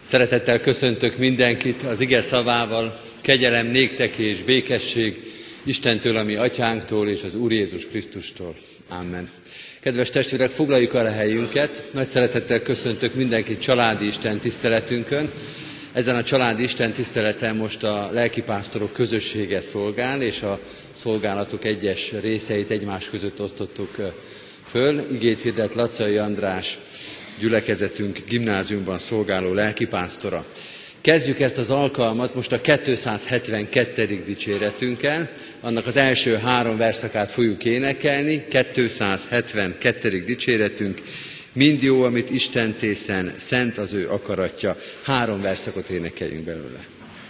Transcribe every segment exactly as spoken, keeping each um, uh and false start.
Szeretettel köszöntök mindenkit az ige szavával, kegyelem néktek és békesség Istentől, a mi atyánktól és az Úr Jézus Krisztustól. Amen. Kedves testvérek, foglaljuk el a helyünket. Nagy szeretettel köszöntök mindenkit családi Isten tiszteletünkön. Ezen a családi Isten tiszteleten most a lelkipásztorok közössége szolgál, és a szolgálatok egyes részeit egymás között osztottuk föl. Igét hirdet Lacai András, gyülekezetünk gimnáziumban szolgáló lelkipásztora. Kezdjük ezt az alkalmat most a kétszázhetvenkettedik dicséretünkkel. Annak az első három verszakát fogjuk énekelni. kétszázhetvenkettedik dicséretünk. Mind jó, amit Isten tészen, szent az ő akaratja. Három verszakot énekeljünk belőle.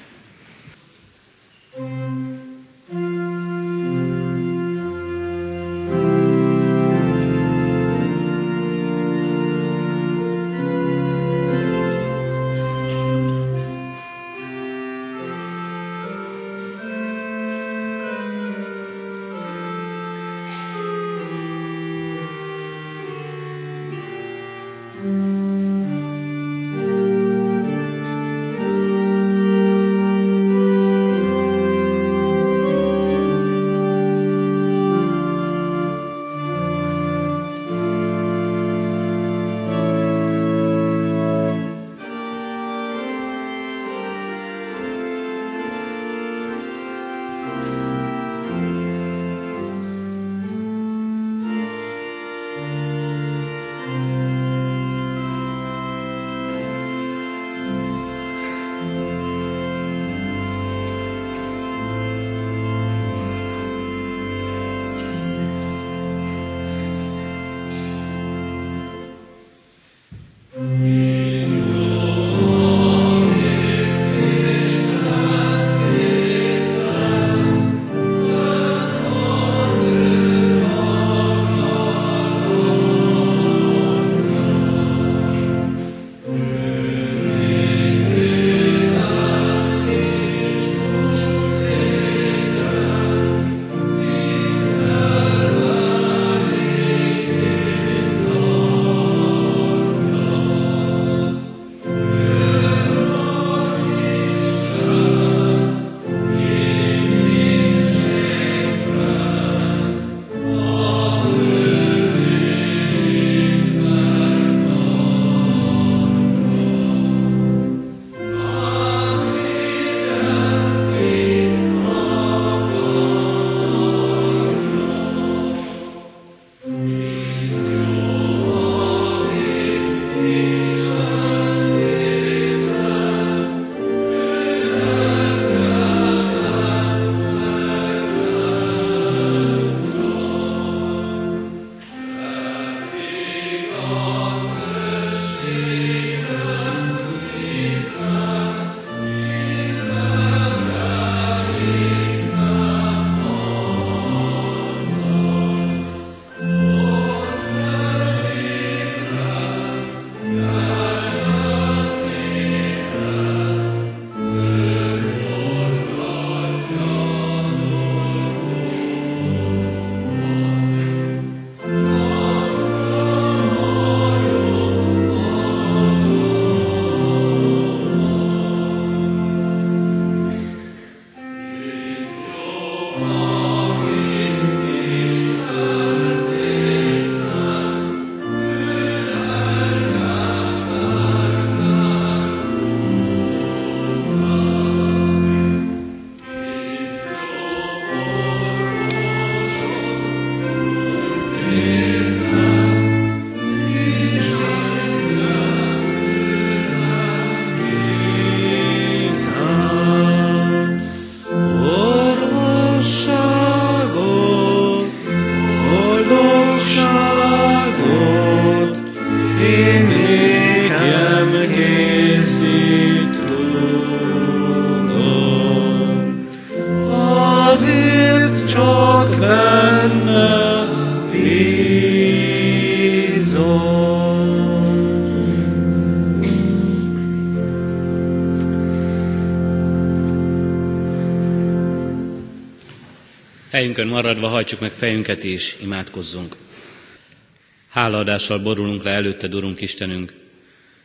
Helyünkön maradva hajtsuk meg fejünket és imádkozzunk. Hálaadással borulunk rá előtted, Urunk Istenünk,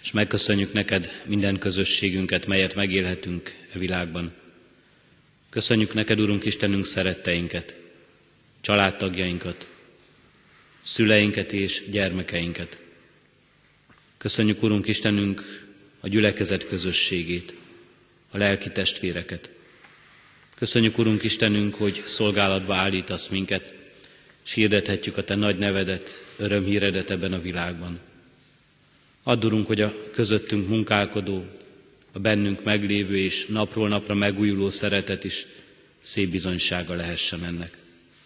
és megköszönjük neked minden közösségünket, melyet megélhetünk e világban. Köszönjük neked, Urunk Istenünk, szeretteinket, családtagjainkat, szüleinket és gyermekeinket. Köszönjük, Urunk Istenünk, a gyülekezet közösségét, a lelki testvéreket. Köszönjük, Urunk Istenünk, hogy szolgálatba állítasz minket, és hirdethetjük a te nagy nevedet, örömhíredet ebben a világban. Add, Urunk, hogy a közöttünk munkálkodó, a bennünk meglévő és napról napra megújuló szeretet is szép bizonysága lehessen ennek.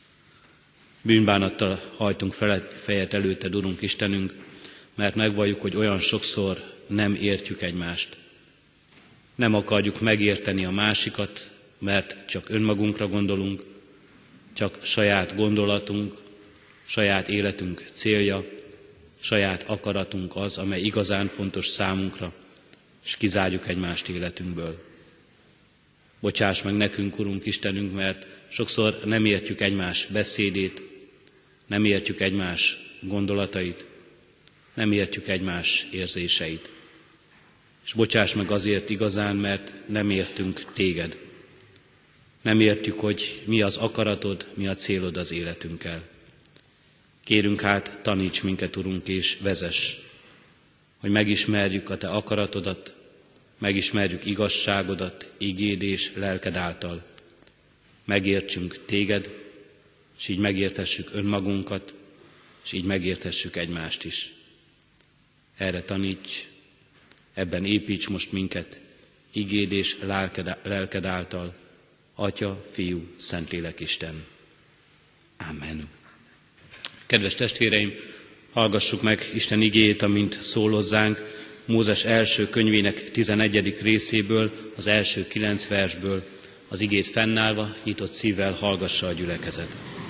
Bűnbánattal hajtunk fejet előtted, Urunk Istenünk, mert megvalljuk, hogy olyan sokszor nem értjük egymást. Nem akarjuk megérteni a másikat, mert csak önmagunkra gondolunk, csak saját gondolatunk, saját életünk célja, saját akaratunk az, amely igazán fontos számunkra, és kizárjuk egymást életünkből. Bocsáss meg nekünk, Urunk Istenünk, mert sokszor nem értjük egymás beszédét, nem értjük egymás gondolatait, nem értjük egymás érzéseit. És bocsáss meg azért igazán, mert nem értünk téged. Nem értjük, hogy mi az akaratod, mi a célod az életünkkel. Kérünk hát, taníts minket, Urunk, és vezess, hogy megismerjük a te akaratodat, megismerjük igazságodat, igéd és lelked által. Megértsünk téged, és így megértessük önmagunkat, és így megértessük egymást is. Erre taníts, ebben építs most minket, igéd és lelked, lelked által, Atya, Fiú, Szentlélek Isten. Amen. Kedves testvéreim, hallgassuk meg Isten igéjét, amint szól hozzánk Mózes első könyvének tizenegyedik részéből, az első kilenc versből. Az igét fennállva, nyitott szívvel hallgassa a gyülekezet.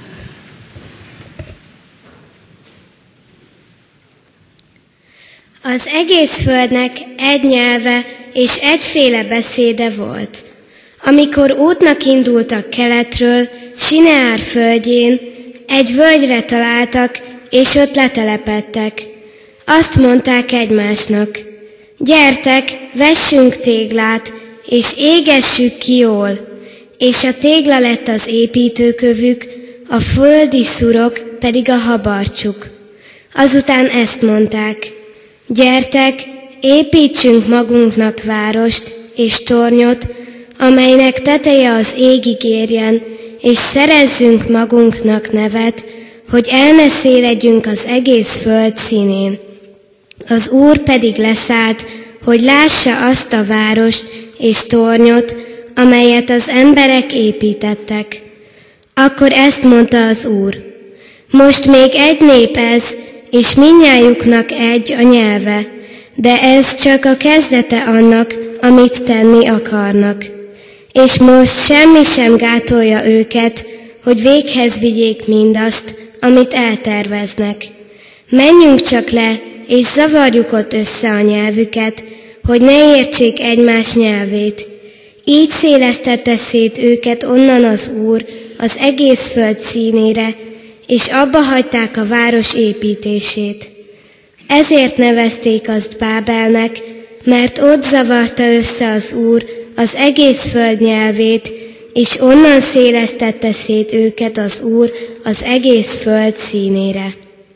Az egész földnek egy nyelve és egyféle beszéde volt. Amikor útnak indultak keletről, Sineár földjén, egy völgyre találtak, és ott letelepedtek. Azt mondták egymásnak: gyertek, vessünk téglát, és égessük ki jól. És a tégla lett az építőkövük, a földi szurok pedig a habarcsuk. Azután ezt mondták: gyertek, építsünk magunknak várost és tornyot, amelynek teteje az égig érjen, és szerezzünk magunknak nevet, hogy el ne széledjünk az egész föld színén. Az Úr pedig leszállt, hogy lássa azt a várost és tornyot, amelyet az emberek építettek. Akkor ezt mondta az Úr: most még egy nép ez, és mindnyájuknak egy a nyelve, de ez csak a kezdete annak, amit tenni akarnak. És most semmi sem gátolja őket, hogy véghez vigyék mindazt, amit elterveznek. Menjünk csak le, és zavarjuk ott össze a nyelvüket, hogy ne értsék egymás nyelvét. Így szélesztette szét őket onnan az Úr az egész föld színére, és abba hagyták a város építését. Ezért nevezték azt Bábelnek, mert ott zavarta össze az Úr az egész föld nyelvét, és onnan szélesztette szét őket az Úr az egész föld színére.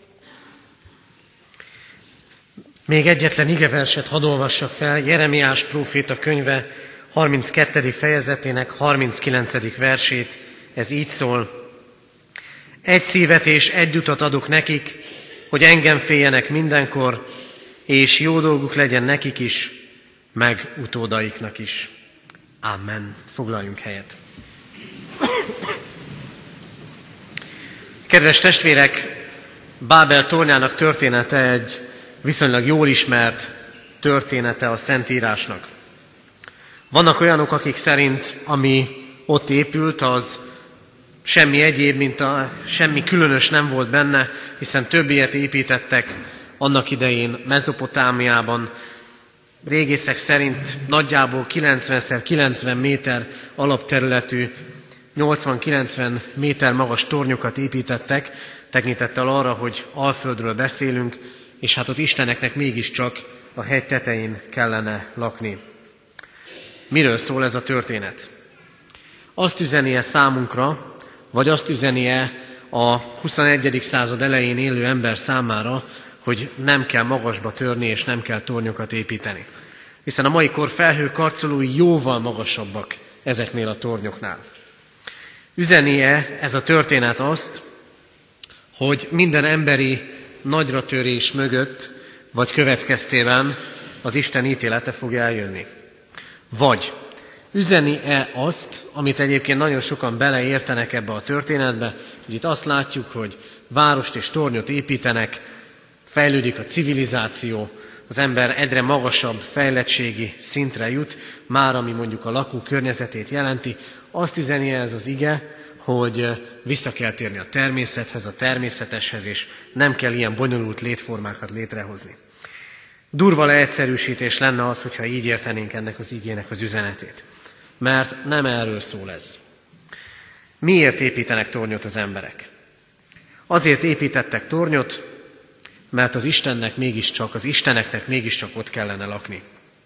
Még egyetlen igeverset hadd olvassak fel, Jeremiás próféta könyve harminckettedik fejezetének harminckilencedik versét, ez így szól: egy szívet és egy utat adok nekik, hogy engem féljenek mindenkor, és jó dolguk legyen nekik is, meg utódaiknak is. Amen. Foglaljunk helyet. Kedves testvérek, Bábel tornyának története egy viszonylag jól ismert története a Szentírásnak. Vannak olyanok, akik szerint ami ott épült, az semmi egyéb, mint a semmi különös nem volt benne, hiszen több ilyet építettek annak idején Mezopotámiában. Régészek szerint nagyjából kilencven kilencven méter alapterületű, nyolcvan-kilencven méter magas tornyokat építettek, tekintettel arra, hogy Alföldről beszélünk, és hát az isteneknek mégiscsak a hegy tetején kellene lakni. Miről szól ez a történet? Azt üzeni-e számunkra, vagy azt üzeni-e a huszonegyedik század elején élő ember számára, hogy nem kell magasba törni és nem kell tornyokat építeni? Hiszen a mai kor felhőkarcolói jóval magasabbak ezeknél a tornyoknál. Üzeni-e ez a történet azt, hogy minden emberi nagyratörés mögött, vagy következtében az Isten ítélete fog eljönni? Vagy üzeni-e azt, amit egyébként nagyon sokan beleértenek ebbe a történetbe, hogy itt azt látjuk, hogy várost és tornyot építenek, fejlődik a civilizáció, az ember egyre magasabb fejlettségi szintre jut, már ami mondjuk a lakó környezetét jelenti, azt üzeni ez az ige, hogy vissza kell térni a természethez, a természeteshez, és nem kell ilyen bonyolult létformákat létrehozni. Durva leegyszerűsítés lenne az, hogyha így értenénk ennek az igének az üzenetét. Mert nem erről szól ez. Miért építenek tornyot az emberek? Azért építettek tornyot, mert az Istennek mégiscsak, az Isteneknek mégiscsak ott kellene lakni.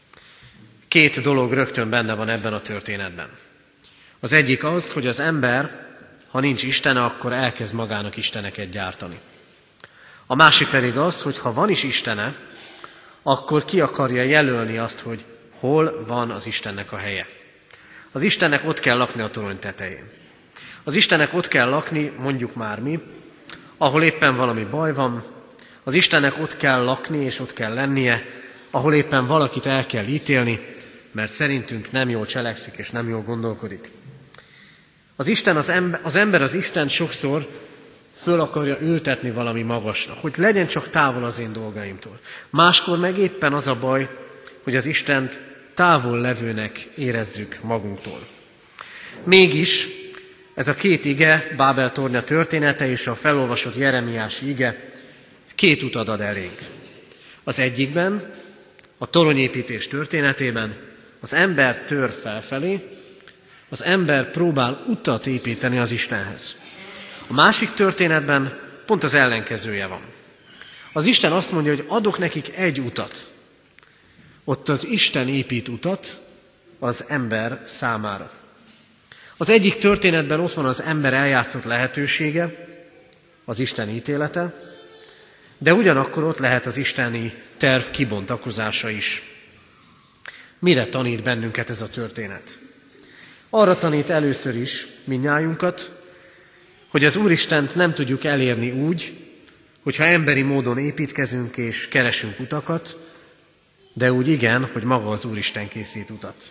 Két dolog rögtön benne van ebben a történetben. Az egyik az, hogy az ember, ha nincs Istene, akkor elkezd magának isteneket gyártani. A másik pedig az, hogy ha van is Istene, akkor ki akarja jelölni azt, hogy hol van az Istennek a helye. Az Istennek ott kell lakni a torony tetején. Az Istennek ott kell lakni, mondjuk már mi, ahol éppen valami baj van. Az Istennek ott kell lakni, és ott kell lennie, ahol éppen valakit el kell ítélni, mert szerintünk nem jól cselekszik, és nem jól gondolkodik. Az, Isten, az, ember, az ember az Istent sokszor föl akarja ültetni valami magasnak, hogy legyen csak távol az én dolgaimtól. Máskor meg éppen az a baj, hogy az Istent távol levőnek érezzük magunktól. Mégis ez a két ige, Bábel tornya története és a felolvasott jeremiási ige két utat ad elénk. Az egyikben, a toronyépítés történetében az ember tör felfelé, az ember próbál utat építeni az Istenhez. A másik történetben pont az ellenkezője van. Az Isten azt mondja, hogy adok nekik egy utat. Ott az Isten épít utat az ember számára. Az egyik történetben ott van az ember eljátszott lehetősége, az Isten ítélete, de ugyanakkor ott lehet az isteni terv kibontakozása is. Mire tanít bennünket ez a történet? Arra tanít először is mindnyájunkat, hogy az Úristent nem tudjuk elérni úgy, hogyha emberi módon építkezünk és keresünk utakat, de úgy igen, hogy maga az Úristen készít utat.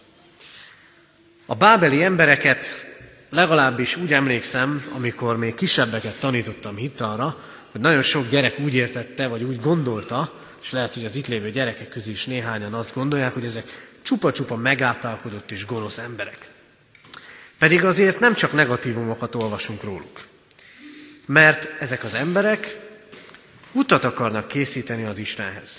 A bábeli embereket legalábbis úgy emlékszem, amikor még kisebbeket tanítottam hittalra, hogy nagyon sok gyerek úgy értette, vagy úgy gondolta, és lehet, hogy az itt lévő gyerekek közül is néhányan azt gondolják, hogy ezek csupa-csupa megáltalkodott és gonosz emberek. Pedig azért nem csak negatívumokat olvasunk róluk. Mert ezek az emberek utat akarnak készíteni az Istenhez.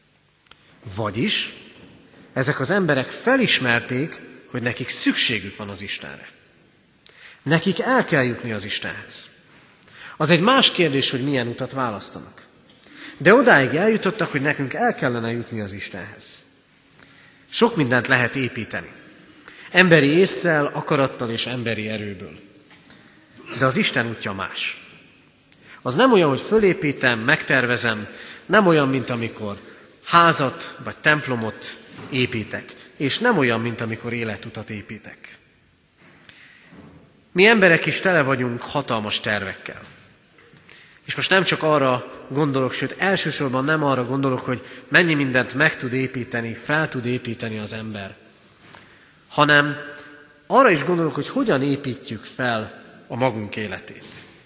Vagyis ezek az emberek felismerték, hogy nekik szükségük van az Istenre. Nekik el kell jutni az Istenhez. Az egy más kérdés, hogy milyen utat választanak. De odáig eljutottak, hogy nekünk el kellene jutni az Istenhez. Sok mindent lehet építeni. Emberi ésszel, akarattal és emberi erőből. De az Isten útja más. Az nem olyan, hogy fölépítem, megtervezem, nem olyan, mint amikor házat vagy templomot építek, és nem olyan, mint amikor életutat építek. Mi emberek is tele vagyunk hatalmas tervekkel. És most nem csak arra gondolok, sőt elsősorban nem arra gondolok, hogy mennyi mindent meg tud építeni, fel tud építeni az ember, hanem arra is gondolok, hogy hogyan építjük fel a magunk életét.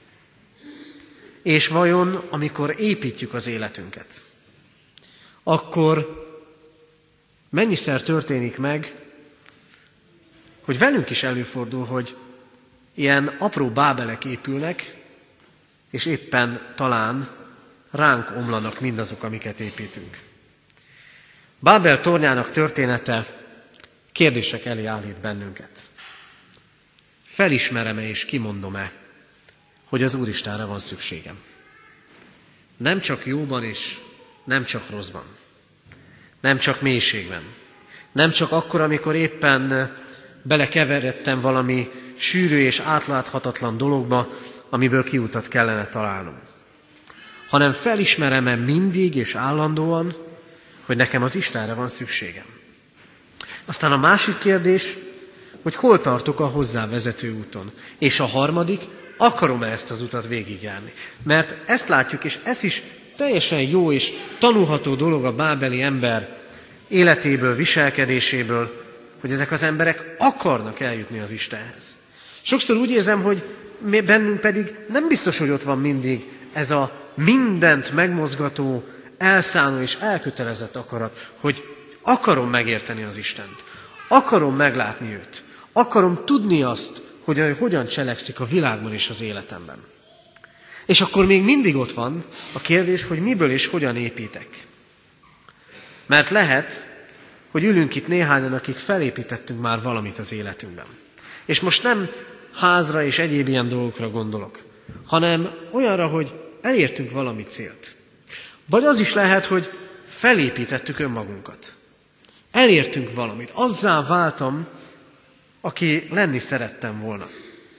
És vajon, amikor építjük az életünket, akkor mennyiszer történik meg, hogy velünk is előfordul, hogy ilyen apró bábelek épülnek, és éppen talán ránk omlanak mindazok, amiket építünk. Bábel tornyának története kérdések elé állít bennünket. Felismerem-e és kimondom-e, hogy az Úristenre van szükségem? Nem csak jóban és nem csak rosszban. Nem csak mélységben. Nem csak akkor, amikor éppen belekeveredtem valami sűrű és átláthatatlan dologba, amiből kiutat kellene találnom. Hanem felismerem-e mindig és állandóan, hogy nekem az Istenre van szükségem. Aztán a másik kérdés, hogy hol tartok a hozzá vezető úton. És a harmadik, akarom-e ezt az utat végigjárni. Mert ezt látjuk, és ez is teljesen jó és tanulható dolog a bábeli ember életéből, viselkedéséből, hogy ezek az emberek akarnak eljutni az Istenhez. Sokszor úgy érzem, hogy bennünk pedig nem biztos, hogy ott van mindig ez a mindent megmozgató, elszánó és elkötelezett akarat, hogy akarom megérteni az Istent. Akarom meglátni őt. Akarom tudni azt, hogy ő hogyan cselekszik a világban és az életemben. És akkor még mindig ott van a kérdés, hogy miből és hogyan építek. Mert lehet, hogy ülünk itt néhányan, akik felépítettünk már valamit az életünkben. És most nem házra és egyéb ilyen dolgokra gondolok, hanem olyanra, hogy elértünk valami célt. Vagy az is lehet, hogy felépítettük önmagunkat. Elértünk valamit. Azzá váltam, aki lenni szerettem volna.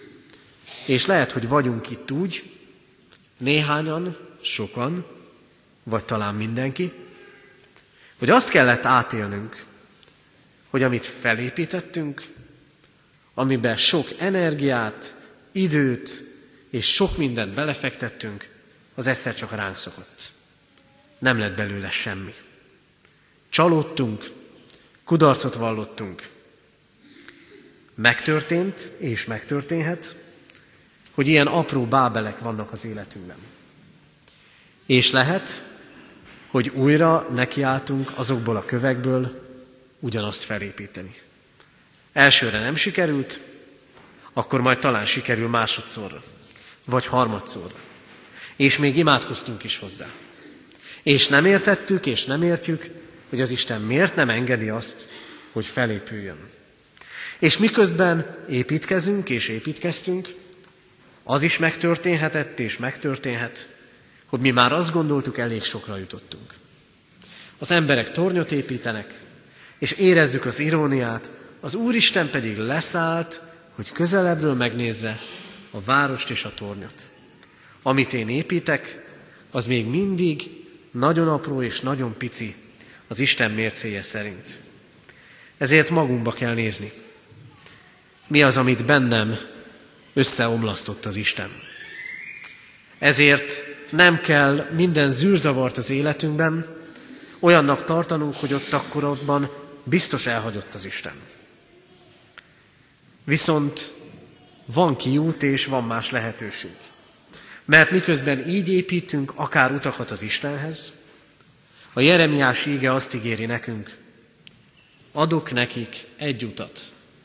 És lehet, hogy vagyunk itt úgy, néhányan, sokan, vagy talán mindenki, hogy azt kellett átélnünk, hogy amit felépítettünk, amiben sok energiát, időt és sok mindent belefektettünk, az egyszer csak ránk szokott. Nem lett belőle semmi. Csalódtunk, kudarcot vallottunk. Megtörtént, és megtörténhet, hogy ilyen apró bábelek vannak az életünkben. És lehet, hogy újra nekiálltunk azokból a kövekből ugyanazt felépíteni. Elsőre nem sikerült, akkor majd talán sikerül másodszorra, vagy harmadszorra. És még imádkoztunk is hozzá. És nem értettük, és nem értjük, hogy az Isten miért nem engedi azt, hogy felépüljön. És miközben építkezünk és építkeztünk, az is megtörténhetett és megtörténhet, hogy mi már azt gondoltuk, elég sokra jutottunk. Az emberek tornyot építenek, és érezzük az iróniát, az Úristen pedig leszállt, hogy közelebbről megnézze a várost és a tornyot. Amit én építek, az még mindig nagyon apró és nagyon pici az Isten mércéje szerint. Ezért magunkba kell nézni. Mi az, amit bennem összeomlasztott az Isten? Ezért nem kell minden zűrzavart az életünkben olyannak tartanunk, hogy ott akkor ottban biztos elhagyott az Isten. Viszont van kiút és van más lehetőség. Mert miközben így építünk akár utakat az Istenhez, a Jeremiás íge azt ígéri nekünk, adok nekik egy utat.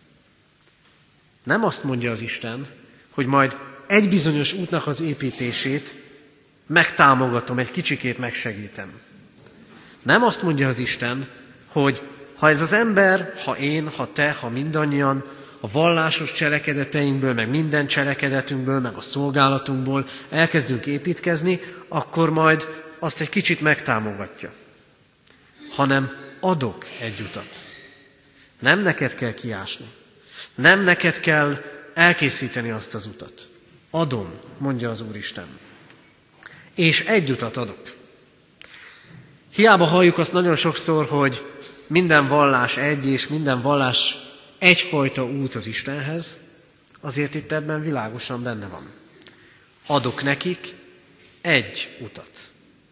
Nem azt mondja az Isten, hogy majd egy bizonyos útnak az építését megtámogatom, egy kicsikét megsegítem. Nem azt mondja az Isten, hogy ha ez az ember, ha én, ha te, ha mindannyian a vallásos cselekedeteinkből, meg minden cselekedetünkből, meg a szolgálatunkból elkezdünk építkezni, akkor majd azt egy kicsit megtámogatja. Hanem adok egy utat. Nem neked kell kiásni. Nem neked kell elkészíteni azt az utat. Adom, mondja az Úristen. És egy utat adok. Hiába halljuk azt nagyon sokszor, hogy minden vallás egy, és minden vallás egyfajta út az Istenhez, azért itt ebben világosan benne van. Adok nekik egy utat.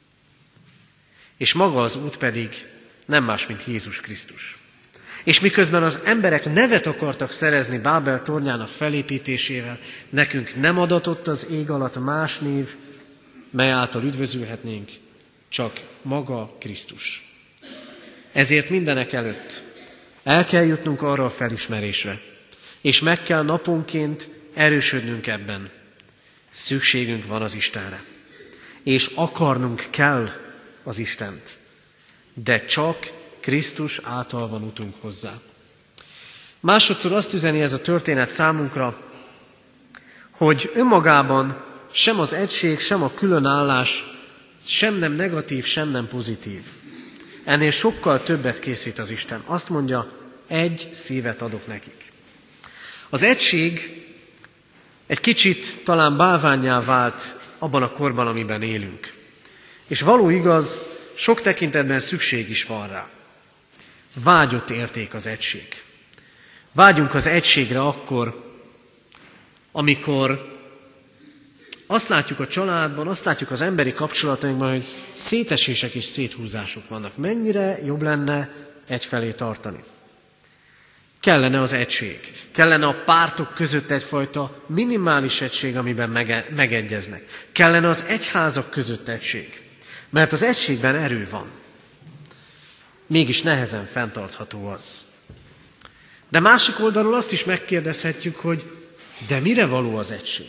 És maga az út pedig nem más, mint Jézus Krisztus. És miközben az emberek nevet akartak szerezni Bábel tornyának felépítésével, nekünk nem adatott az ég alatt más név, mely által üdvözülhetnénk, csak maga Krisztus. Ezért mindenek előtt el kell jutnunk arra a felismerésre, és meg kell naponként erősödnünk ebben. Szükségünk van az Istenre, és akarnunk kell az Istent, de csak Krisztus által van utunk hozzá. Másodszor azt üzeni ez a történet számunkra, hogy önmagában sem az egység, sem a különállás sem nem negatív, sem nem pozitív, ennél sokkal többet készít az Isten. Azt mondja, egy szívet adok nekik. Az egység egy kicsit talán bálvánnyá vált abban a korban, amiben élünk. És való igaz, sok tekintetben szükség is van rá. Vágyott érték az egység. Vágyunk az egységre akkor, amikor azt látjuk a családban, azt látjuk az emberi kapcsolatainkban, hogy szétesések és széthúzások vannak. Mennyire jobb lenne egyfelé tartani. Kellene az egység. Kellene a pártok között egyfajta minimális egység, amiben mege- megegyeznek. Kellene az egyházak között egység. Mert az egységben erő van. Mégis nehezen fenntartható az. De másik oldalról azt is megkérdezhetjük, hogy de mire való az egység?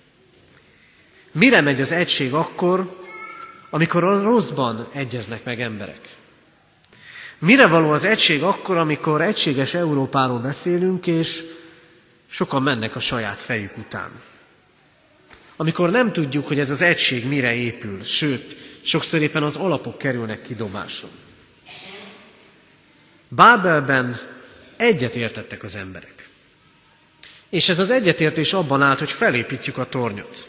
Mire megy az egység akkor, amikor a rosszban egyeznek meg emberek? Mire való az egység akkor, amikor egységes Európáról beszélünk, és sokan mennek a saját fejük után? Amikor nem tudjuk, hogy ez az egység mire épül, sőt, sokszor éppen az alapok kerülnek kidobásra. Bábelben egyet értettek az emberek. És ez az egyetértés abban állt, hogy felépítjük a tornyot.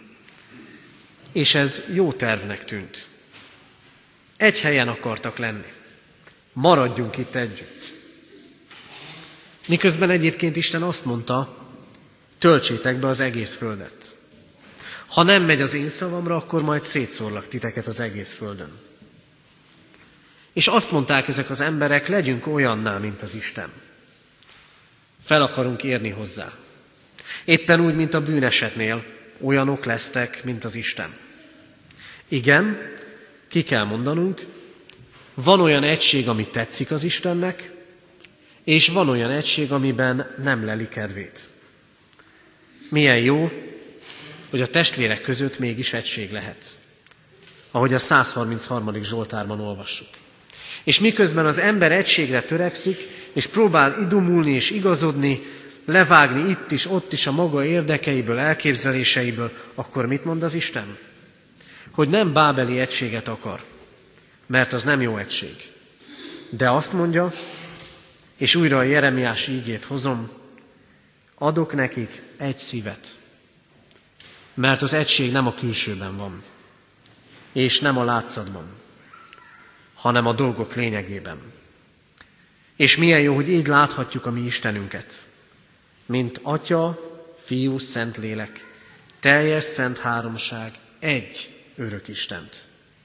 És ez jó tervnek tűnt. Egy helyen akartak lenni. Maradjunk itt együtt. Miközben egyébként Isten azt mondta, töltsétek be az egész földet. Ha nem megy az én szavamra, akkor majd szétszórlak titeket az egész földön. És azt mondták ezek az emberek, legyünk olyanná, mint az Isten. Fel akarunk érni hozzá. Éppen úgy, mint a bűnesetnél, olyanok lesztek, mint az Isten. Igen, ki kell mondanunk, van olyan egység, ami tetszik az Istennek, és van olyan egység, amiben nem leli kedvét. Milyen jó, hogy a testvérek között mégis egység lehet. Ahogy a száz harmincharmadik Zsoltárban olvassuk. És miközben az ember egységre törekszik, és próbál idomulni és igazodni, levágni itt is, ott is a maga érdekeiből, elképzeléseiből, akkor mit mond az Isten? Hogy nem bábeli egységet akar, mert az nem jó egység. De azt mondja, és újra a Jeremiás ígét hozom, adok nekik egy szívet, mert az egység nem a külsőben van, és nem a látszatban, hanem a dolgok lényegében. És milyen jó, hogy így láthatjuk a mi Istenünket, mint Atya, Fiú, Szentlélek, teljes szent háromság, egy örök Istent.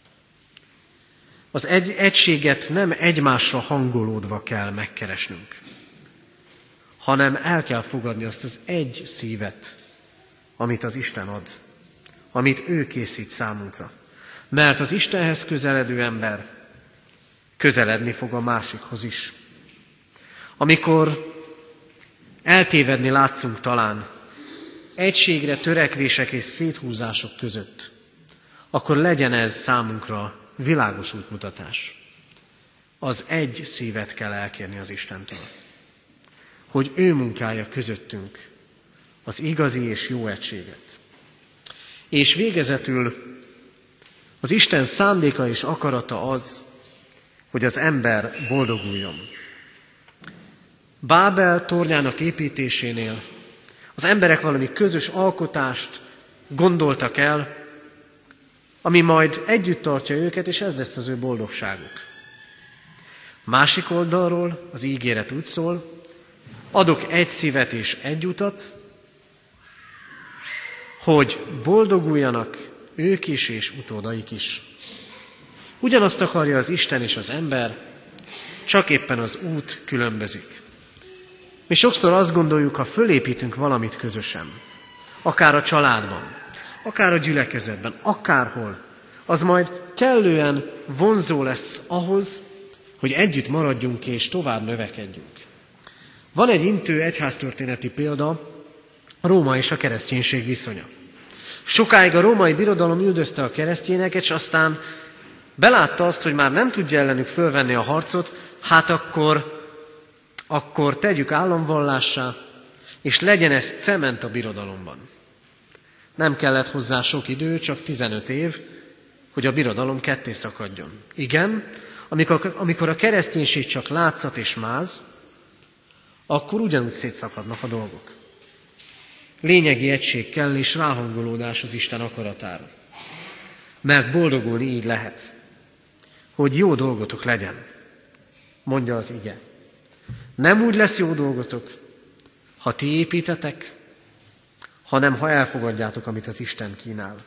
Az egy, egységet nem egymásra hangolódva kell megkeresnünk, hanem el kell fogadni azt az egy szívet, amit az Isten ad, amit ő készít számunkra. Mert az Istenhez közeledő ember közeledni fog a másikhoz is. Amikor eltévedni látszunk talán egységre törekvések és széthúzások között, akkor legyen ez számunkra világos útmutatás. Az egy szívet kell elkérni az Istentől, hogy ő munkálja közöttünk az igazi és jó egységet. És végezetül az Isten szándéka és akarata az, hogy az ember boldoguljon. Bábel tornyának építésénél az emberek valami közös alkotást gondoltak el, ami majd együtt tartja őket, és ez lesz az ő boldogságuk. Másik oldalról az ígéret úgy szól, adok egy szívet és egy utat, hogy boldoguljanak ők is és utódaik is. Ugyanazt akarja az Isten és az ember, csak éppen az út különbözik. Mi sokszor azt gondoljuk, ha fölépítünk valamit közösen, akár a családban, akár a gyülekezetben, akárhol, az majd kellően vonzó lesz ahhoz, hogy együtt maradjunk és tovább növekedjünk. Van egy intő egyháztörténeti példa, a Róma és a kereszténység viszonya. Sokáig a római birodalom üldözte a keresztényeket, és aztán belátta azt, hogy már nem tudja ellenük fölvenni a harcot, hát akkor, akkor tegyük államvallássá, és legyen ez cement a birodalomban. Nem kellett hozzá sok idő, csak tizenöt év, hogy a birodalom ketté szakadjon. Igen, Amikor, amikor a kereszténység csak látszat és máz, akkor ugyanúgy szétszakadnak a dolgok. Lényegi egység kell és ráhangolódás az Isten akaratára. Mert boldogulni így lehet, hogy jó dolgotok legyen, mondja az ige. Nem úgy lesz jó dolgotok, ha ti építetek, hanem ha elfogadjátok, amit az Isten kínál.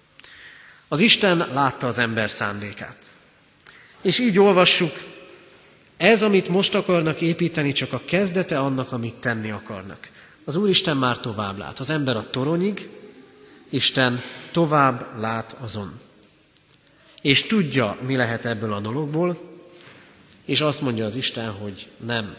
Az Isten látta az ember szándékát. És így olvassuk, ez, amit most akarnak építeni, csak a kezdete annak, amit tenni akarnak. Az Úristen már tovább lát. Az ember a toronyig, Isten tovább lát azon. És tudja, mi lehet ebből a dologból, és azt mondja az Isten, hogy nem.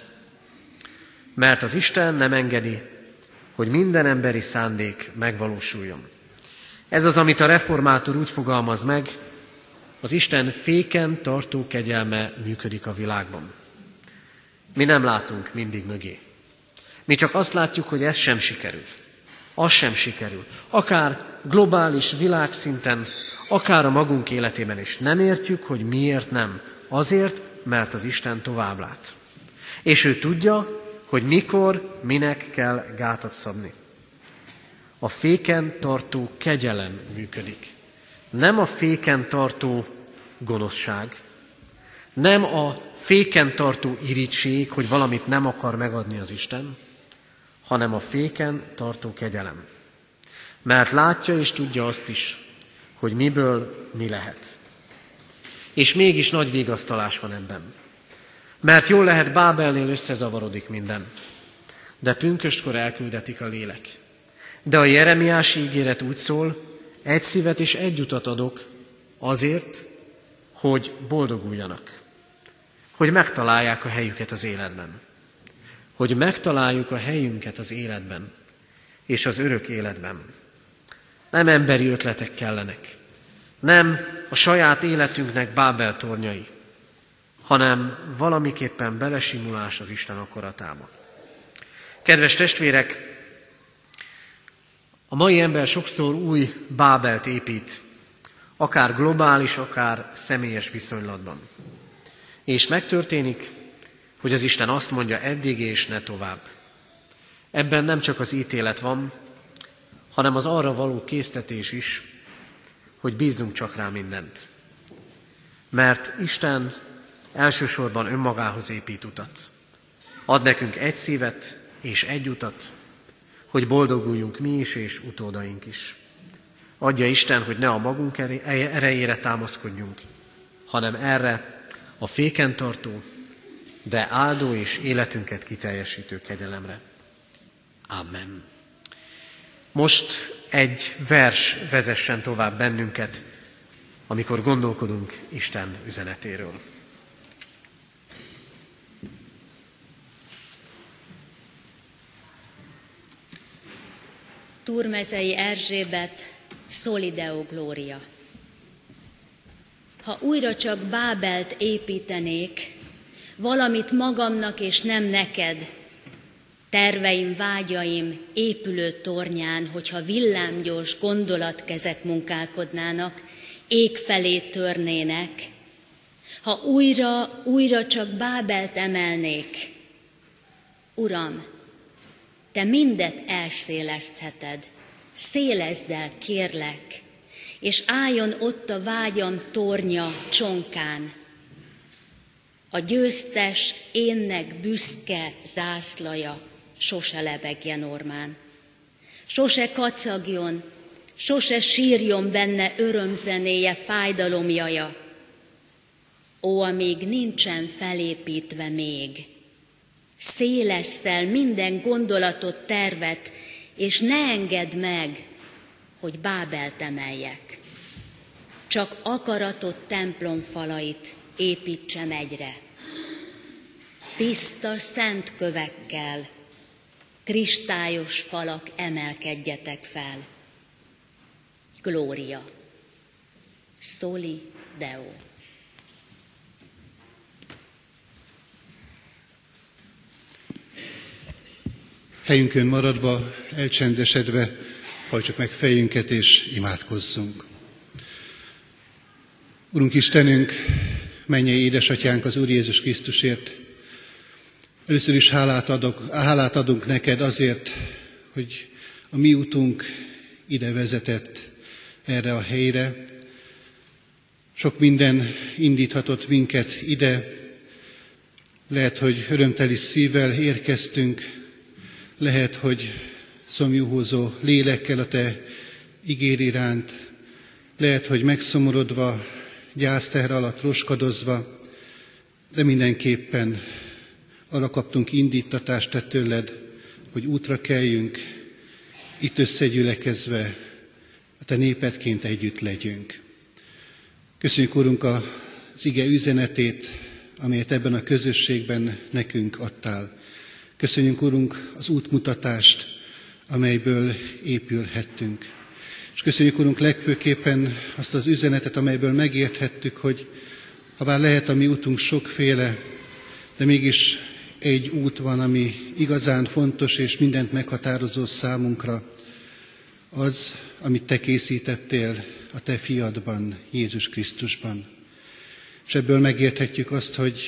Mert az Isten nem engedi, hogy minden emberi szándék megvalósuljon. Ez az, amit a reformátor úgy fogalmaz meg, az Isten féken tartó kegyelme működik a világban. Mi nem látunk mindig mögé. Mi csak azt látjuk, hogy ez sem sikerül. Az sem sikerül. Akár globális világszinten, akár a magunk életében is nem értjük, hogy miért nem. Azért, mert az Isten tovább lát. És ő tudja, hogy mikor, minek kell gátat szabni. A féken tartó kegyelem működik. Nem a féken tartó gonoszság, nem a féken tartó irigység, hogy valamit nem akar megadni az Isten, hanem a féken tartó kegyelem. Mert látja és tudja azt is, hogy miből mi lehet. És mégis nagy vigasztalás van ebben. Mert jól lehet, Bábelnél összezavarodik minden, de pünköstkor elküldetik a lélek. De a jeremiási ígéret úgy szól, egy szívet és egy utat adok azért, hogy boldoguljanak, hogy megtalálják a helyüket az életben, hogy megtaláljuk a helyünket az életben és az örök életben. Nem emberi ötletek kellenek, nem a saját életünknek Bábel tornyai, hanem valamiképpen belesimulás az Isten akaratába. Kedves testvérek, a mai ember sokszor új Bábelt épít, akár globális, akár személyes viszonylatban. És megtörténik, hogy az Isten azt mondja, eddig és ne tovább. Ebben nem csak az ítélet van, hanem az arra való késztetés is, hogy bízzunk csak rá mindent. Mert Isten elsősorban önmagához épít utat. Ad nekünk egy szívet és egy utat, hogy boldoguljunk mi is és utódaink is. Adja Isten, hogy ne a magunk erejére támaszkodjunk, hanem erre a féken tartó, de áldó és életünket kiteljesítő kegyelemre. Amen. Most egy vers vezessen tovább bennünket, amikor gondolkodunk Isten üzenetéről. Turmezei Erzsébet, Soli Deo Gloria. Ha újra csak Bábelt építenék, valamit magamnak és nem neked, terveim, vágyaim épülő tornyán, hogyha villámgyors gondolatkezek munkálkodnának, ég felé törnének, ha újra, újra csak Bábelt emelnék, Uram, Te mindet elszélesztheted, szélezd el, kérlek, és álljon ott a vágyam tornya csonkán. A győztes énnek büszke zászlaja sose lebegjen ormán. Sose kacagjon, sose sírjon benne örömzenéje, fájdalomjaja. Ó, amíg nincsen felépítve még, szélesszel minden gondolatot, tervet, és ne engedd meg, hogy Bábelt emeljek. Csak akaratot templomfalait építsem egyre. Tiszta szent kövekkel, kristályos falak emelkedjetek fel. Glória. Soli Deo. Helyünkön maradva, elcsendesedve, hajtsuk meg fejünket és imádkozzunk. Urunk Istenünk, mennyei édesatyánk, az Úr Jézus Krisztusért. Először is hálát, adok, hálát adunk neked azért, hogy a mi utunk ide vezetett, erre a helyre. Sok minden indíthatott minket ide. Lehet, hogy örömteli szívvel érkeztünk, lehet, hogy szomjúhozó lélekkel a te igéd iránt, lehet, hogy megszomorodva, gyászteher alatt roskadozva, de mindenképpen arra kaptunk indítatást te tőled, hogy útra kelljünk, itt összegyülekezve, a te népedként együtt legyünk. Köszönjük, Urunk, az ige üzenetét, amelyet ebben a közösségben nekünk adtál. Köszönjük, Urunk, az útmutatást, amelyből épülhettünk. És köszönjük, Urunk, legfőképpen azt az üzenetet, amelyből megérthettük, hogy ha bár lehet a mi útunk sokféle, de mégis egy út van, ami igazán fontos és mindent meghatározó számunkra, az, amit te készítettél a te fiadban, Jézus Krisztusban. És ebből megérthetjük azt, hogy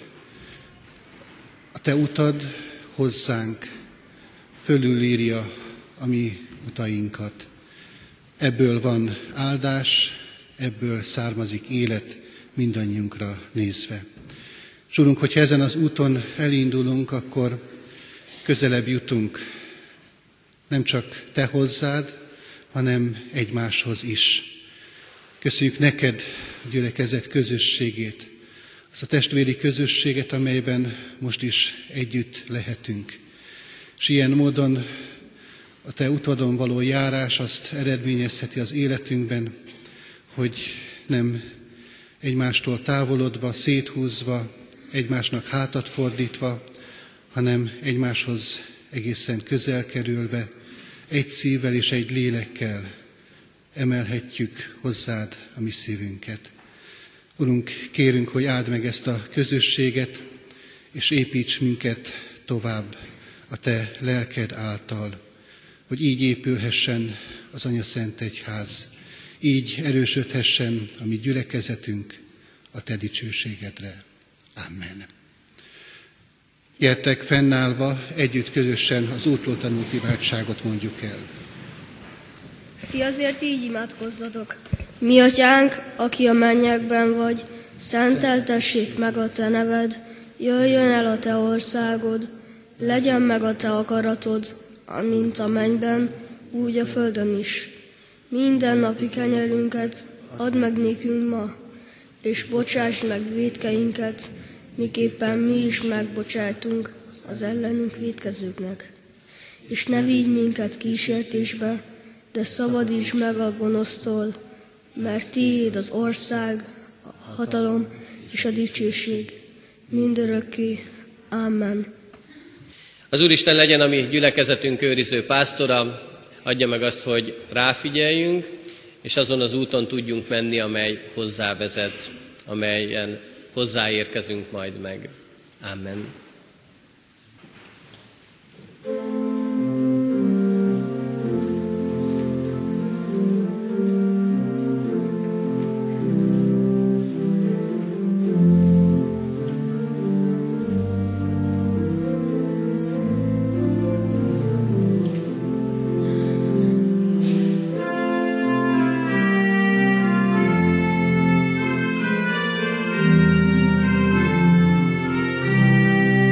a te utad hozzánk fölülírja a mi utainkat. Ebből van áldás, ebből származik élet mindannyiunkra nézve. És Urunk, hogyha ezen az úton elindulunk, akkor közelebb jutunk nem csak te hozzád, hanem egymáshoz is. Köszönjük neked a gyülekezet közösségét, azt a testvéri közösséget, amelyben most is együtt lehetünk. És ilyen módon a te utadon való járás azt eredményezheti az életünkben, hogy nem egymástól távolodva, széthúzva, egymásnak hátat fordítva, hanem egymáshoz egészen közel kerülve, egy szívvel és egy lélekkel emelhetjük hozzád a mi szívünket. Urunk, kérünk, hogy áld meg ezt a közösséget, és építs minket tovább a te lelked által, hogy így épülhessen az Anya Szent Egyház, így erősödhessen a mi gyülekezetünk a te dicsőségedre. Amen. Gyertek fennállva, együtt közösen az útról tanult imádságot mondjuk el. Ti azért így imádkozzatok. Mi atyánk, aki a mennyekben vagy, szenteltessék meg a te neved, jöjjön el a te országod, legyen meg a te akaratod, amint a mennyben, úgy a földön is. Minden napi kenyerünket add meg nékünk ma, és bocsáss meg vétkeinket, miképpen mi is megbocsájtunk az ellenünk vétkezőknek. És ne vigy minket kísértésbe, de szabadíts meg a gonosztól, mert tiéd az ország, a hatalom és a dicsőség mindörökké. Amen. Az Úristen legyen a mi gyülekezetünk őriző pásztora, adja meg azt, hogy ráfigyeljünk, és azon az úton tudjunk menni, amely hozzávezet, amelyen hozzáérkezünk majd meg. Amen. Amen.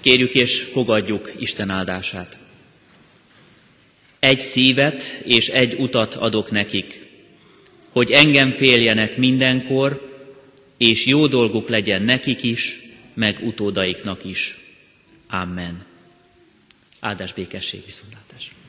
Kérjük és fogadjuk Isten áldását. Egy szívet és egy utat adok nekik, hogy engem féljenek mindenkor, és jó dolguk legyen nekik is, meg utódaiknak is. Amen. Áldás, békesség, viszontlátásra.